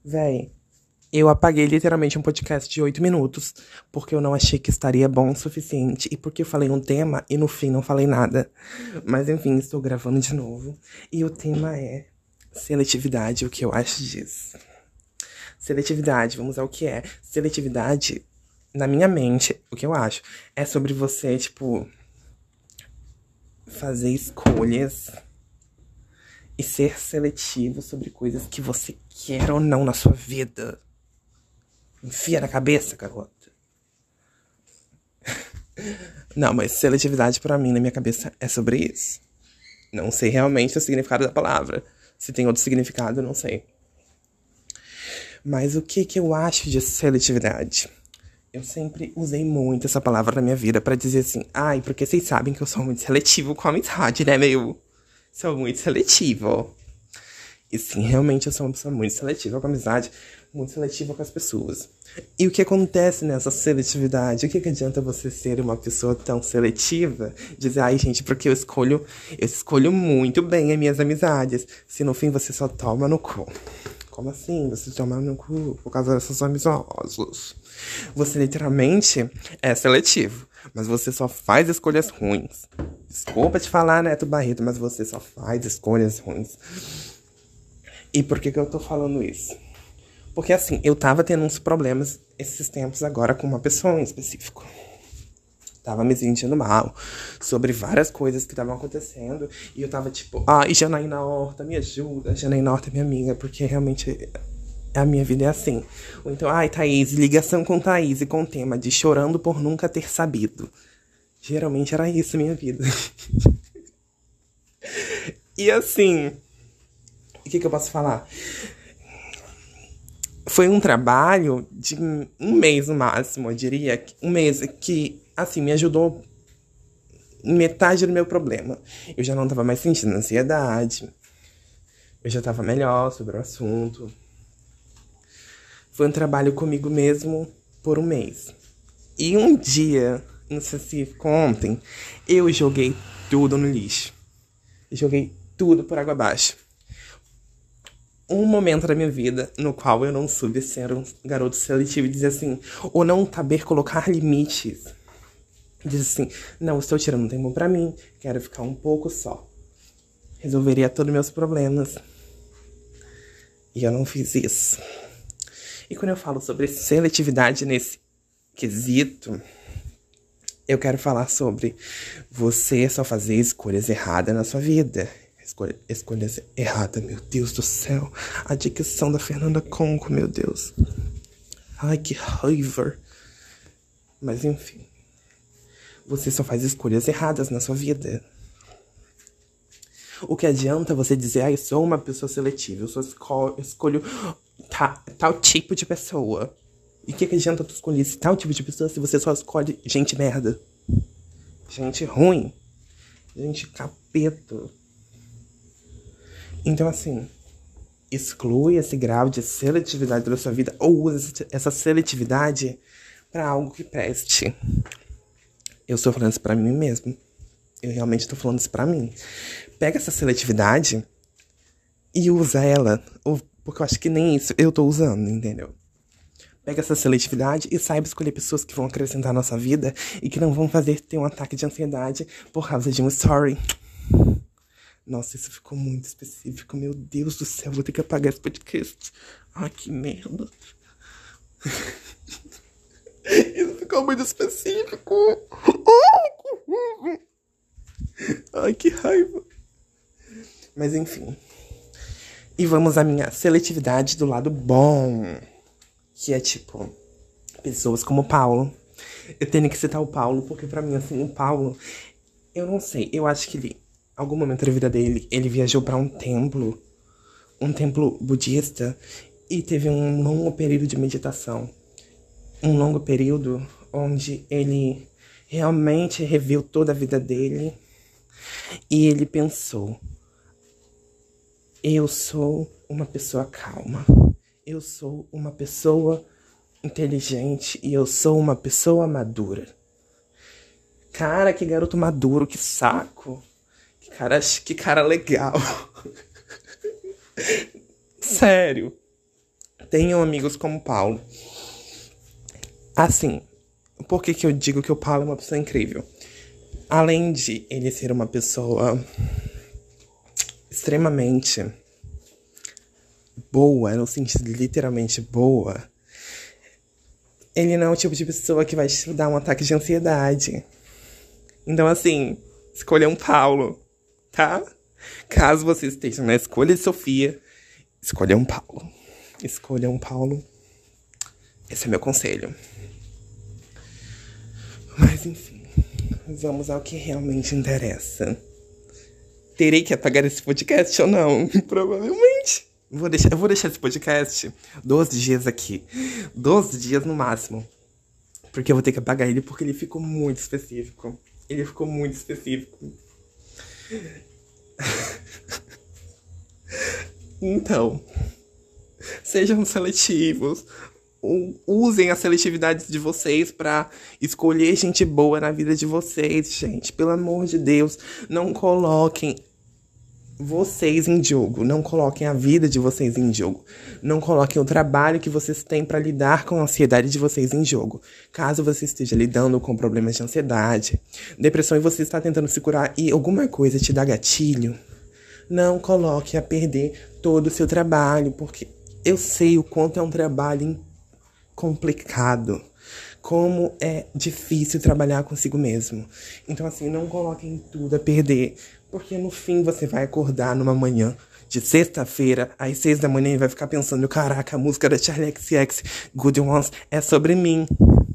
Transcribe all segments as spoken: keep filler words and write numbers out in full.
Véi, eu apaguei literalmente um podcast de oito minutos, porque eu não achei que estaria bom o suficiente, e porque eu falei um tema e no fim não falei nada. Mas enfim, estou gravando de novo. E o tema é seletividade, o que eu acho disso. Seletividade, vamos ao que é. Seletividade, na minha mente, o que eu acho, é sobre você, tipo, fazer escolhas e ser seletivo sobre coisas que você quer ou não na sua vida. Enfia na cabeça, garota. Não, mas seletividade pra mim, na minha cabeça, é sobre isso. Não sei realmente o significado da palavra. Se tem outro significado, eu não sei. Mas o que que eu acho de seletividade? Eu sempre usei muito essa palavra na minha vida pra dizer assim, ai, porque vocês sabem que eu sou muito seletivo com a amizade, né, meu? Sou muito seletivo. E sim, realmente eu sou uma pessoa muito seletiva com a amizade, muito seletiva com as pessoas. E o que acontece nessa seletividade? O que, que adianta você ser uma pessoa tão seletiva? Dizer, ai, gente, porque eu escolho, eu escolho muito bem as minhas amizades. Se no fim você só toma no cu. Como assim? Você toma no cu por causa dessas amizades? Você literalmente é seletivo, mas você só faz escolhas ruins. Desculpa te falar, Neto Barreto, mas você só faz escolhas ruins. E por que que eu tô falando isso? Porque assim, eu tava tendo uns problemas esses tempos agora com uma pessoa em específico. Tava me sentindo mal sobre várias coisas que estavam acontecendo. E eu tava tipo, ai, ah, Janaína Horta, me ajuda. Janaína Horta é minha amiga, porque realmente a minha vida é assim. Ou então, ai, Thaís, ligação com Thaís e com o tema de chorando por nunca ter sabido. Geralmente era isso a minha vida. E assim, o que que eu posso falar? Foi um trabalho de um mês no máximo, eu diria. Um mês que, assim, me ajudou metade do meu problema. Eu já não tava mais sentindo ansiedade. Eu já tava melhor sobre o assunto. Foi um trabalho comigo mesmo por um mês. E um dia, em específico, ontem, eu joguei tudo no lixo. Eu joguei tudo por água abaixo. Um momento da minha vida no qual eu não soube ser um garoto seletivo e dizer assim, ou não saber colocar limites. Dizer assim, não, estou tirando um tempo pra mim, quero ficar um pouco só. Resolveria todos os meus problemas. E eu não fiz isso. E quando eu falo sobre seletividade nesse quesito, eu quero falar sobre você só fazer escolhas erradas na sua vida. Escolha, escolhas erradas, meu Deus do céu. A dicção da Fernanda Conco, meu Deus. Ai, que raiva. Mas enfim. Você só faz escolhas erradas na sua vida. O que adianta você dizer, ah, eu sou uma pessoa seletiva. Eu só escolho, escolho ta, tal tipo de pessoa. E o que, que adianta tu escolher esse tal tipo de pessoa se você só escolhe gente merda? Gente ruim. Gente capeta. Então, assim, exclui esse grau de seletividade da sua vida ou use essa seletividade pra algo que preste. Eu estou falando isso pra mim mesmo. Eu realmente estou falando isso pra mim. Pega essa seletividade e usa ela, porque eu acho que nem isso eu tô usando, entendeu? Pega essa seletividade e saiba escolher pessoas que vão acrescentar na nossa vida e que não vão fazer ter um ataque de ansiedade por causa de um story. Nossa, isso ficou muito específico. Meu Deus do céu, vou ter que apagar esse podcast. Ai, que merda. Isso ficou muito específico. Ai, que raiva. Mas enfim. E vamos à minha seletividade do lado bom. Que é tipo, pessoas como o Paulo. Eu tenho que citar o Paulo, porque pra mim, assim, o Paulo... Eu não sei, eu acho que ele... Algum momento da vida dele, ele viajou pra um templo, um templo budista, e teve um longo período de meditação. Um longo período onde ele realmente reviu toda a vida dele, e ele pensou, eu sou uma pessoa calma, eu sou uma pessoa inteligente, e eu sou uma pessoa madura. Cara, que garoto maduro, que saco. Que cara, que cara legal. Sério. Tenham amigos como o Paulo. Assim, por que que eu digo que o Paulo é uma pessoa incrível? Além de ele ser uma pessoa extremamente boa, no sentido literalmente boa, ele não é o tipo de pessoa que vai te dar um ataque de ansiedade. Então, assim, escolha um Paulo, tá? Caso você esteja na escolha de Sofia, escolha um Paulo. Escolha um Paulo. Esse é meu conselho. Mas, enfim, vamos ao que realmente interessa. Terei que apagar esse podcast ou não? Provavelmente. Vou deixar, eu vou deixar esse podcast doze dias aqui. doze dias no máximo. Porque eu vou ter que apagar ele porque ele ficou muito específico. Ele ficou muito específico. Então, sejam seletivos. Usem a seletividade de vocês pra escolher gente boa na vida de vocês, gente. Pelo amor de Deus, não coloquem vocês em jogo. Não coloquem a vida de vocês em jogo. Não coloquem o trabalho que vocês têm pra lidar com a ansiedade de vocês em jogo. Caso você esteja lidando com problemas de ansiedade, depressão e você está tentando se curar e alguma coisa te dá gatilho, não coloque a perder todo o seu trabalho, porque eu sei o quanto é um trabalho complicado, como é difícil trabalhar consigo mesmo. Então, assim, não coloquem tudo a perder, porque no fim você vai acordar numa manhã de sexta-feira, às seis da manhã, e vai ficar pensando: caraca, a música da Charli X C X, Good Ones, é sobre mim.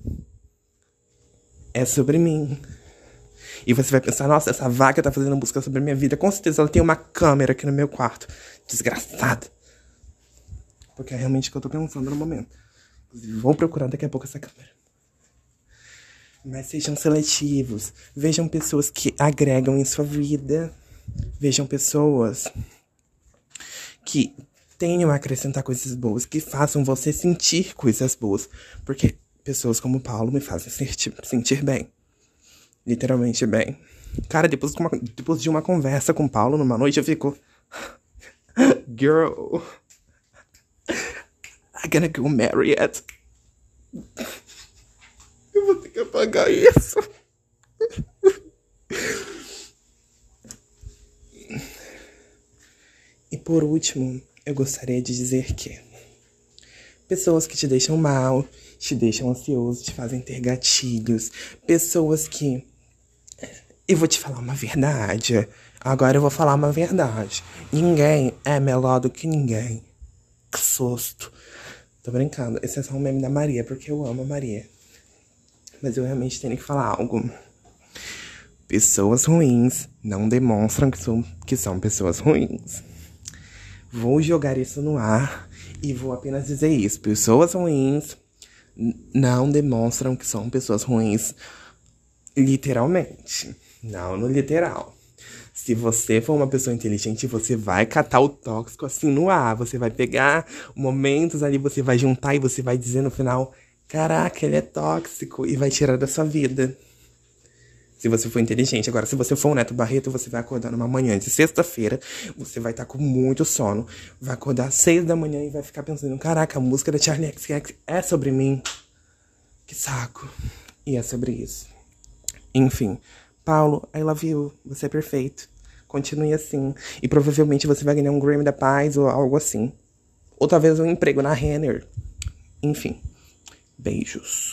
É sobre mim. E você vai pensar: nossa, essa vaca tá fazendo música sobre a minha vida. Com certeza ela tem uma câmera aqui no meu quarto. Desgraçada. Porque é realmente o que eu tô pensando no momento. Vou procurar daqui a pouco essa câmera. Mas sejam seletivos. Vejam pessoas que agregam em sua vida. Vejam pessoas que tenham a acrescentar coisas boas, que façam você sentir coisas boas. Porque pessoas como o Paulo me fazem sentir, sentir bem. Literalmente bem. Cara, depois de, uma, depois de uma conversa com o Paulo numa noite, eu fico: girl, I'm gonna go marry it. Eu vou ter que apagar isso. E por último, eu gostaria de dizer que pessoas que te deixam mal, te deixam ansioso, te fazem ter gatilhos. Pessoas que... Eu vou te falar uma verdade. Agora eu vou falar uma verdade. Ninguém é melhor do que ninguém. Que susto. Tô brincando. Esse é só um meme da Maria, porque eu amo a Maria. Mas eu realmente tenho que falar algo. Pessoas ruins não demonstram que são, que são pessoas ruins. Vou jogar isso no ar e vou apenas dizer isso. Pessoas ruins não demonstram que são pessoas ruins literalmente. Não no literal. Se você for uma pessoa inteligente, você vai catar o tóxico assim no ar. Você vai pegar momentos ali, você vai juntar e você vai dizer no final: caraca, ele é tóxico, e vai tirar da sua vida. Se você for inteligente. Agora, se você for um Neto Barreto, você vai acordar numa manhã de sexta-feira, você vai estar com muito sono, vai acordar às seis da manhã e vai ficar pensando: caraca, a música da Charli X C X é sobre mim. Que saco. E é sobre isso. Enfim, Paulo, I love you. Você é perfeito. Continue assim. E provavelmente você vai ganhar um Grammy da Paz ou algo assim. Ou talvez um emprego na Renner. Enfim. Beijos.